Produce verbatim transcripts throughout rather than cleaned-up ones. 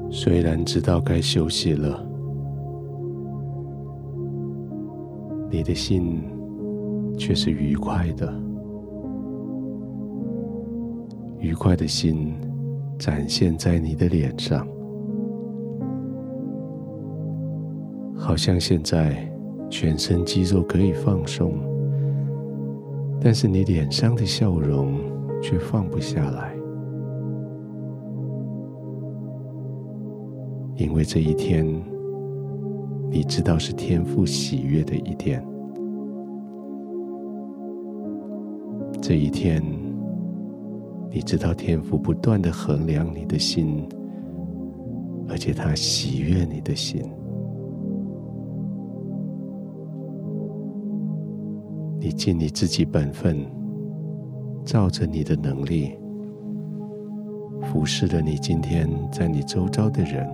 虽然知道该休息了，你的心却是愉快的。愉快的心展现在你的脸上，好像现在全身肌肉可以放松，但是你脸上的笑容却放不下来，因为这一天你知道是天父喜悦的一天。这一天你知道天父不断地衡量你的心，而且他喜悦你的心。你尽你自己本分，照着你的能力服侍了你今天在你周遭的人。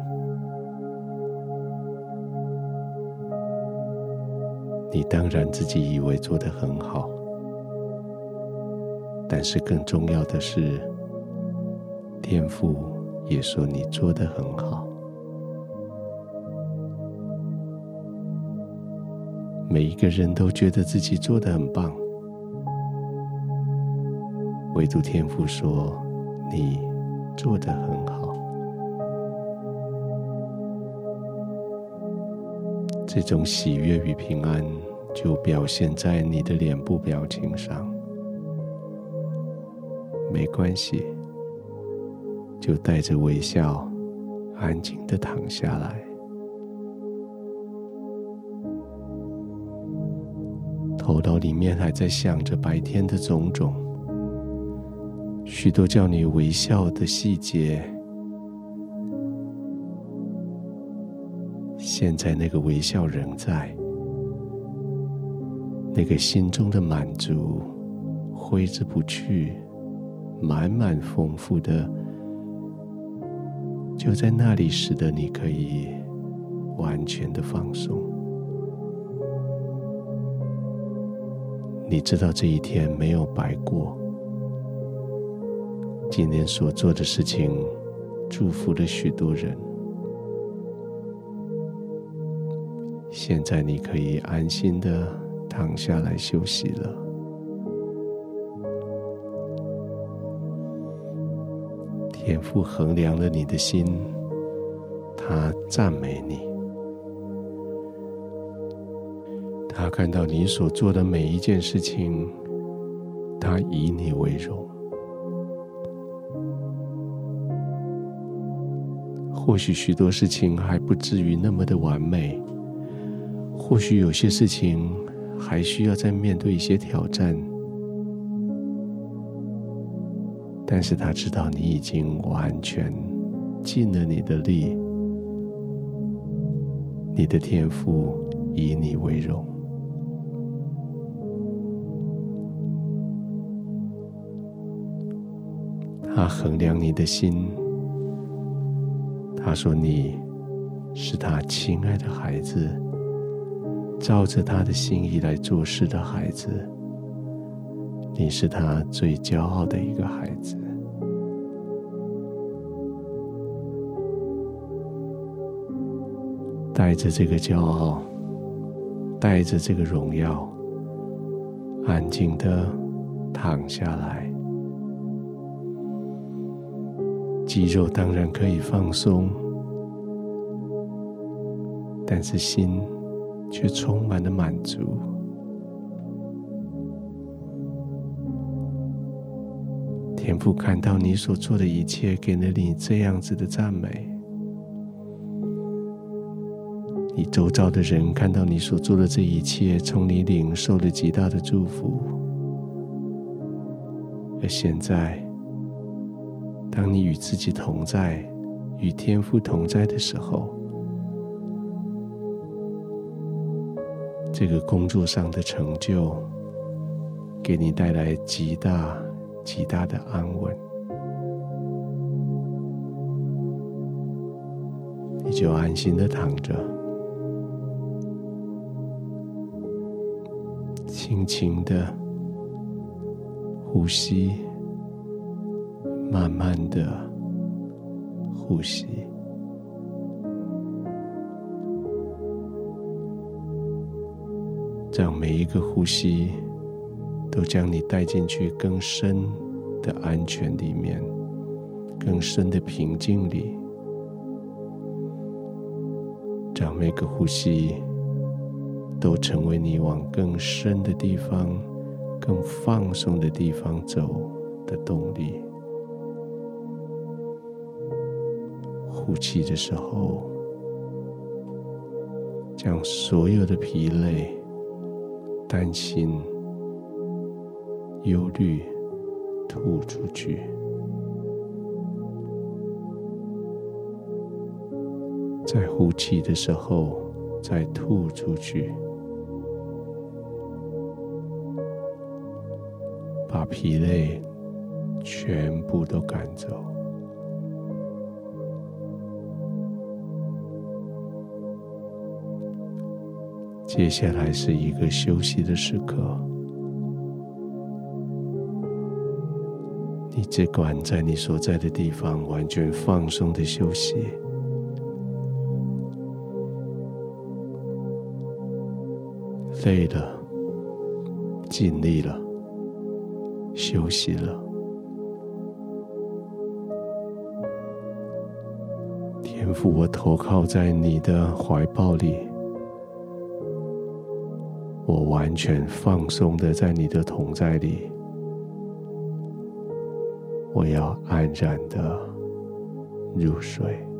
你当然自己以为做得很好，但是更重要的是，天父也说你做得很好。每一个人都觉得自己做得很棒，唯独天父说你做得很好。这种喜悦与平安就表现在你的脸部表情上。没关系，就带着微笑安静地躺下来。头脑里面还在想着白天的种种，许多叫你微笑的细节，现在那个微笑仍在，那个心中的满足挥之不去，满满丰富的就在那里，使得你可以完全的放松。你知道这一天没有白过，今天所做的事情祝福了许多人。现在你可以安心的躺下来休息了。天父衡量了你的心，他赞美你，他看到你所做的每一件事情，他以你为荣。或许许多事情还不至于那么的完美，或许有些事情还需要再面对一些挑战，但是他知道你已经完全尽了你的力，你的天父以你为荣。他衡量你的心，他说你是他亲爱的孩子，照着他的心意来做事的孩子，你是他最骄傲的一个孩子。带着这个骄傲，带着这个荣耀，安静地躺下来。肌肉当然可以放松，但是心却充满了满足。天父看到你所做的一切，给了你这样子的赞美。你周遭的人看到你所做的这一切，从你领受了极大的祝福。而现在，当你与自己同在，与天父同在的时候，这个工作上的成就给你带来极大极大的安稳，你就安心地躺着，轻轻地呼吸，慢慢地呼吸。 让每一个呼吸都将你带进去更深的安全里面，更深的平静里，让每个呼吸都成为你往更深的地方、更放松的地方走的动力。呼气的时候，将所有的疲累、担心、忧虑吐出去。在呼气的时候，再吐出去，把疲累全部都赶走。接下来是一个休息的时刻，你只管在你所在的地方完全放松的休息，累了，尽力了，休息了。天父，我投靠在你的怀抱里，我完全放松的在你的同在里，我要安然的入睡。